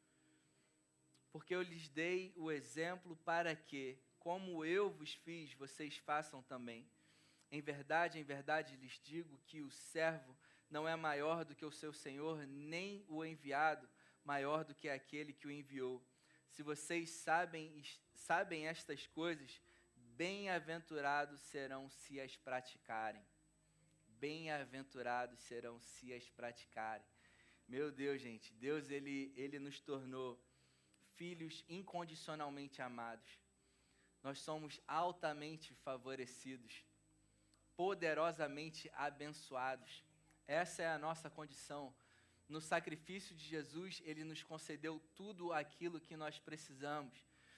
Porque eu lhes dei o exemplo para que, como eu vos fiz, vocês façam também. Em verdade, em verdade lhes digo que o servo não é maior do que o seu Senhor, nem o enviado maior do que aquele que o enviou. Se vocês sabem, sabem estas coisas, bem-aventurados serão se as praticarem. Bem-aventurados serão se as praticarem. Meu Deus, gente, Deus ele, ele nos tornou filhos incondicionalmente amados. Nós somos altamente favorecidos, poderosamente abençoados. Essa é a nossa condição. No sacrifício de Jesus, Ele nos concedeu tudo aquilo que nós precisamos.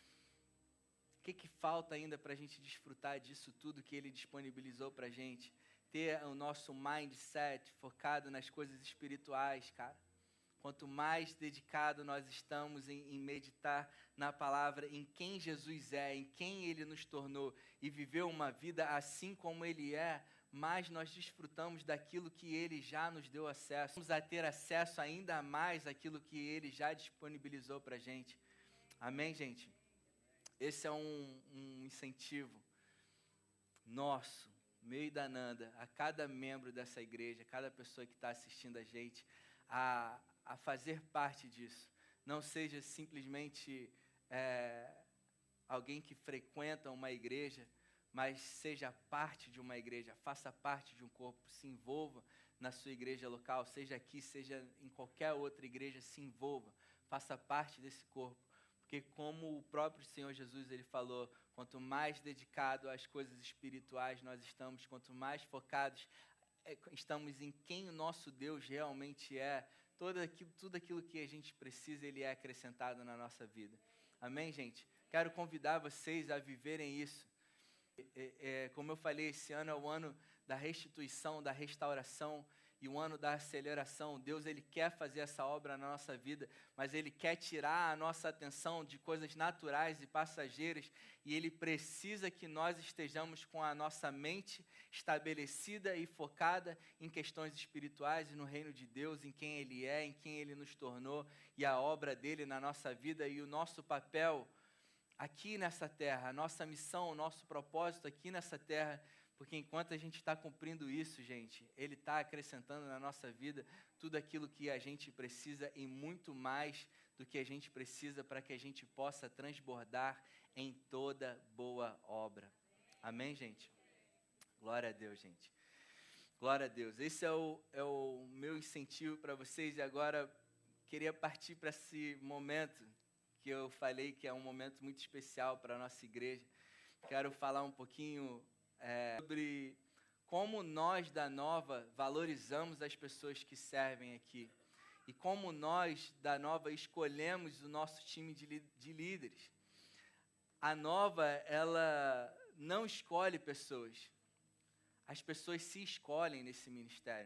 O que, que falta ainda para a gente desfrutar disso tudo que Ele disponibilizou para a gente? Ter o nosso mindset focado nas coisas espirituais, cara. Quanto mais dedicado nós estamos em, em meditar na palavra, em quem Jesus é, em quem Ele nos tornou e viver uma vida assim como Ele é, mais nós desfrutamos daquilo que Ele já nos deu acesso. Vamos a ter acesso ainda mais àquilo que Ele já disponibilizou para a gente. Amém, gente? Esse é um, um incentivo nosso, meu e da Nanda, a cada membro dessa igreja, a cada pessoa que está assistindo a gente, a, a fazer parte disso. Não seja simplesmente é, alguém que frequenta uma igreja, mas seja parte de uma igreja, faça parte de um corpo, se envolva na sua igreja local, seja aqui, seja em qualquer outra igreja, se envolva, faça parte desse corpo. Porque como o próprio Senhor Jesus ele falou, quanto mais dedicado às coisas espirituais nós estamos, quanto mais focados estamos em quem o nosso Deus realmente é, todo aquilo, tudo aquilo que a gente precisa, Ele é acrescentado na nossa vida. Amém, gente? Quero convidar vocês a viverem isso. É, é, como eu falei, esse ano é o ano da restituição, da restauração e o ano da aceleração. Deus ele quer fazer essa obra na nossa vida, mas Ele quer tirar a nossa atenção de coisas naturais e passageiras e Ele precisa que nós estejamos com a nossa mente estabelecida e focada em questões espirituais e no reino de Deus, em quem Ele é, em quem Ele nos tornou e a obra dEle na nossa vida e o nosso papel aqui nessa terra, a nossa missão, o nosso propósito aqui nessa terra. Porque enquanto a gente está cumprindo isso, gente, Ele está acrescentando na nossa vida tudo aquilo que a gente precisa e muito mais do que a gente precisa para que a gente possa transbordar em toda boa obra. Amém, gente? Glória a Deus, gente. Glória a Deus. Esse é o, é o meu incentivo para vocês. E agora, queria partir para esse momento que eu falei que é um momento muito especial para a nossa igreja. Quero falar um pouquinho... É, sobre como nós da Nova valorizamos as pessoas que servem aqui e como nós da Nova escolhemos o nosso time de, de líderes. A Nova, ela não escolhe pessoas, as pessoas se escolhem nesse ministério.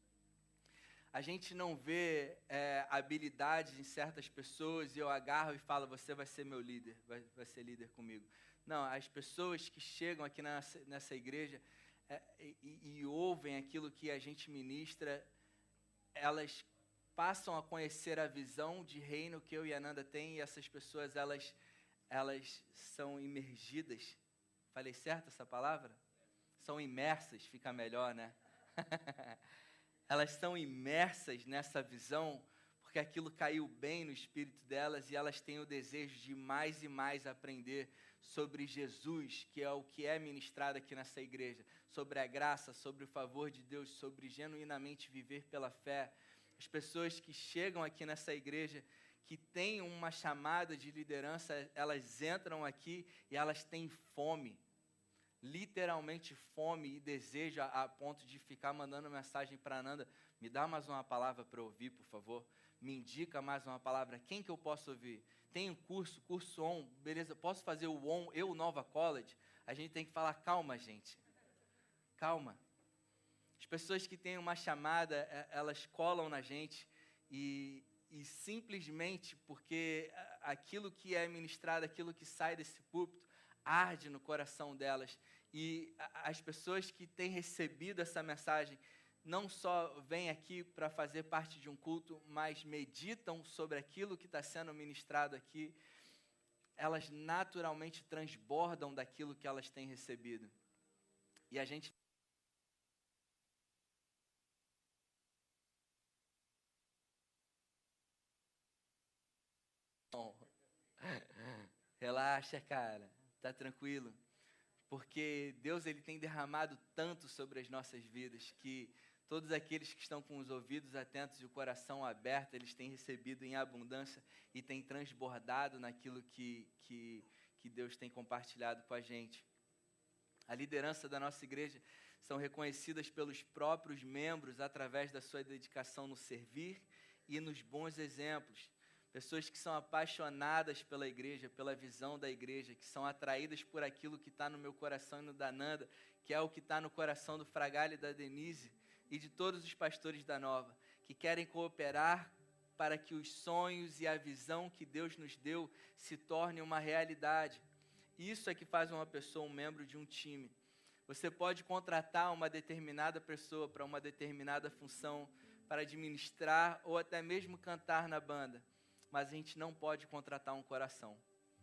A gente não vê é, habilidades em certas pessoas e eu agarro e falo, você vai ser meu líder, vai, vai ser líder comigo. Não, as pessoas que chegam aqui nessa, nessa igreja é, e, e ouvem aquilo que a gente ministra, elas passam a conhecer a visão de reino que eu e a Nanda tem, e essas pessoas, elas, elas são imergidas. Falei certo essa palavra? são imersas, fica melhor, né? Elas são imersas nessa visão porque aquilo caiu bem no espírito delas e elas têm o desejo de mais e mais aprender sobre Jesus, que é o que é ministrado aqui nessa igreja, sobre a graça, sobre o favor de Deus, sobre genuinamente viver pela fé. As pessoas que chegam aqui nessa igreja, que têm uma chamada de liderança, elas entram aqui e elas têm fome, literalmente fome e desejo a, a ponto de ficar mandando mensagem para a Nanda: me dá mais uma palavra para ouvir, por favor, me indica mais uma palavra, quem que eu posso ouvir? Tem um curso, curso on, beleza, posso fazer o on, eu Nova College? A gente tem que falar: calma, gente, calma. As pessoas que têm uma chamada, elas colam na gente e, e simplesmente porque aquilo que é ministrado, aquilo que sai desse púlpito, arde no coração delas. E as pessoas que têm recebido essa mensagem não só vêm aqui para fazer parte de um culto, mas meditam sobre aquilo que está sendo ministrado aqui, elas naturalmente transbordam daquilo que elas têm recebido. E a gente relaxa, cara, tá tranquilo, porque Deus, ele tem derramado tanto sobre as nossas vidas que todos aqueles que estão com os ouvidos atentos e o coração aberto, eles têm recebido em abundância e têm transbordado naquilo que, que, que Deus tem compartilhado com a gente. A liderança da nossa igreja são reconhecidas pelos próprios membros através da sua dedicação no servir e nos bons exemplos. Pessoas que são apaixonadas pela igreja, pela visão da igreja, que são atraídas por aquilo que está no meu coração e no da Nanda, que é o que está no coração do Fragalho e da Denise e de todos os pastores da Nova, que querem cooperar para que os sonhos e a visão que Deus nos deu se tornem uma realidade. Isso é que faz uma pessoa um membro de um time. Você pode contratar uma determinada pessoa para uma determinada função, para administrar ou até mesmo cantar na banda, mas a gente não pode contratar um coração.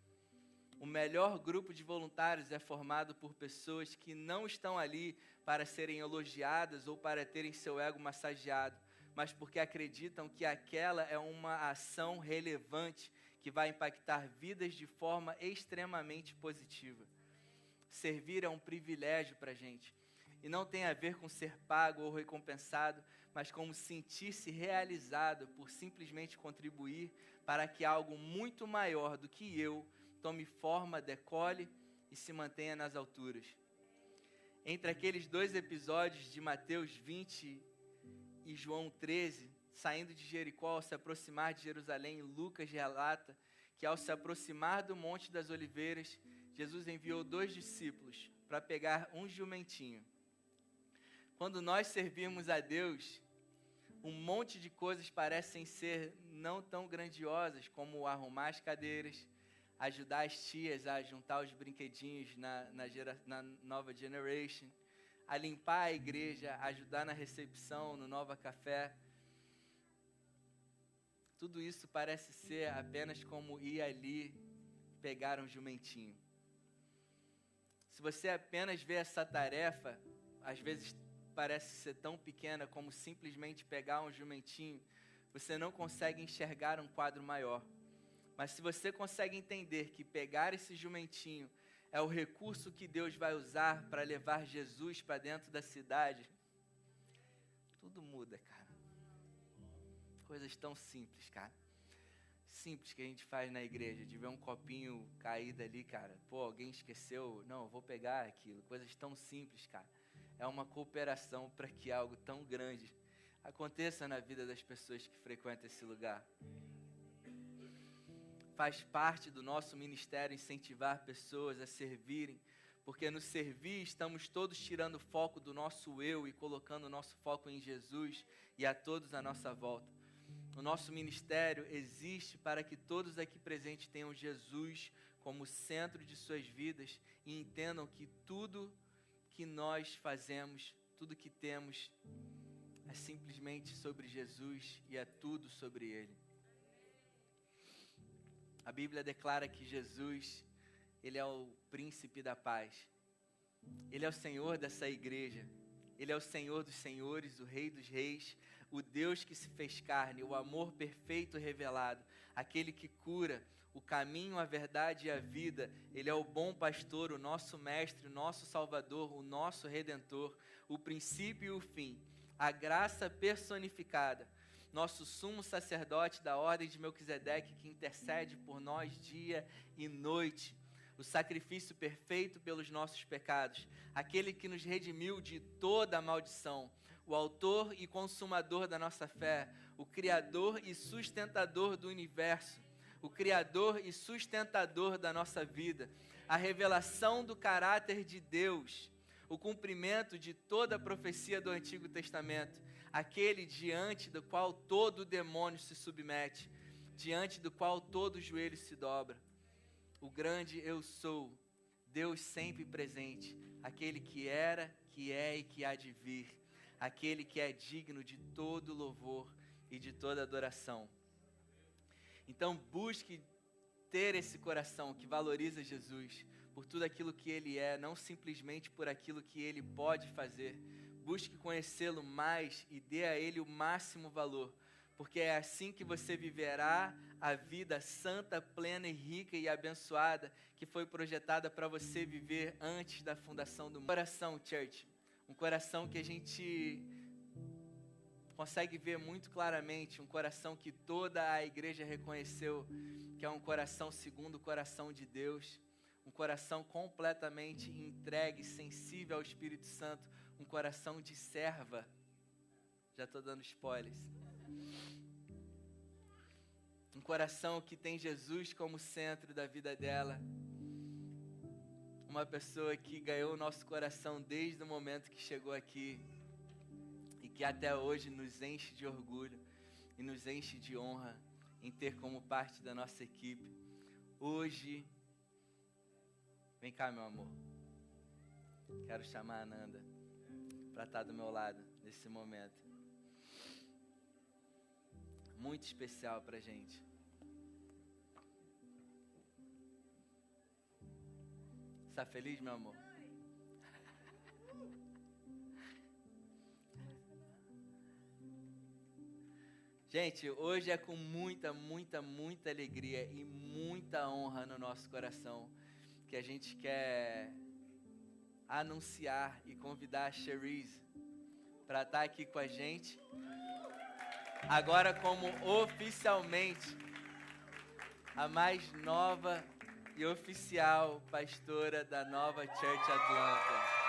O melhor grupo de voluntários é formado por pessoas que não estão ali para serem elogiadas ou para terem seu ego massageado, mas porque acreditam que aquela é uma ação relevante que vai impactar vidas de forma extremamente positiva. Servir é um privilégio para a gente. E não tem a ver com ser pago ou recompensado, mas como sentir-se realizado por simplesmente contribuir para que algo muito maior do que eu tome forma, decole e se mantenha nas alturas. Entre aqueles dois episódios de Mateus vinte e João treze, saindo de Jericó ao se aproximar de Jerusalém, Lucas relata que ao se aproximar do Monte das Oliveiras, Jesus enviou dois discípulos para pegar um jumentinho. Quando nós servimos a Deus, um monte de coisas parecem ser não tão grandiosas, como arrumar as cadeiras, ajudar as tias a juntar os brinquedinhos na, na, gera, na nova generation, a limpar a igreja, ajudar na recepção, no Nova Café. Tudo isso parece ser apenas como ir ali pegar um jumentinho. Se você apenas vê essa tarefa, às vezes parece ser tão pequena como simplesmente pegar um jumentinho, você não consegue enxergar um quadro maior. Mas se você consegue entender que pegar esse jumentinho é o recurso que Deus vai usar para levar Jesus para dentro da cidade, tudo muda, cara. Coisas tão simples, cara. Simples que a gente faz na igreja, de ver um copinho caído ali, cara. Pô, alguém esqueceu, não, eu vou pegar aquilo. Coisas tão simples, cara. É uma cooperação para que algo tão grande aconteça na vida das pessoas que frequentam esse lugar. Faz parte do nosso ministério incentivar pessoas a servirem, porque no servir estamos todos tirando o foco do nosso eu e colocando o nosso foco em Jesus e a todos à nossa volta. O nosso ministério existe para que todos aqui presentes tenham Jesus como centro de suas vidas e entendam que tudo que nós fazemos, tudo que temos, é simplesmente sobre Jesus e é tudo sobre Ele. A Bíblia declara que Jesus, Ele é o príncipe da paz. Ele é o Senhor dessa igreja. Ele é o Senhor dos senhores, o Rei dos reis, o Deus que se fez carne, o amor perfeito revelado, aquele que cura, o caminho, a verdade e a vida. Ele é o bom pastor, o nosso mestre, o nosso salvador, o nosso redentor, o princípio e o fim, a graça personificada, nosso sumo sacerdote da ordem de Melquisedeque, que intercede por nós dia e noite, o sacrifício perfeito pelos nossos pecados, aquele que nos redimiu de toda a maldição, o autor e consumador da nossa fé, o criador e sustentador do universo, o criador e sustentador da nossa vida, a revelação do caráter de Deus, o cumprimento de toda a profecia do Antigo Testamento, aquele diante do qual todo demônio se submete, diante do qual todo joelho se dobra, o grande eu sou, Deus sempre presente, aquele que era, que é e que há de vir, aquele que é digno de todo louvor e de toda adoração. Então busque ter esse coração que valoriza Jesus por tudo aquilo que Ele é, não simplesmente por aquilo que Ele pode fazer. Busque conhecê-lo mais e dê a Ele o máximo valor, porque é assim que você viverá a vida santa, plena e rica e abençoada que foi projetada para você viver antes da fundação do mundo. Coração, church, um coração que a gente consegue ver muito claramente, um coração que toda a igreja reconheceu que é um coração segundo o coração de Deus, um coração completamente entregue, sensível ao Espírito Santo, um coração de serva. Já estou dando spoilers. Um coração que tem Jesus como centro da vida dela. Uma pessoa que ganhou o nosso coração desde o momento que chegou aqui e que até hoje nos enche de orgulho e nos enche de honra em ter como parte da nossa equipe. Hoje, vem cá, meu amor. Quero chamar a Ananda para estar do meu lado nesse momento. Muito especial pra gente. Está feliz, meu amor? Gente, hoje é com muita, muita, muita alegria e muita honra no nosso coração que a gente quer anunciar e convidar a Cherise para estar aqui com a gente. Agora como oficialmente a mais nova e oficial pastora da Nova Church Atlanta.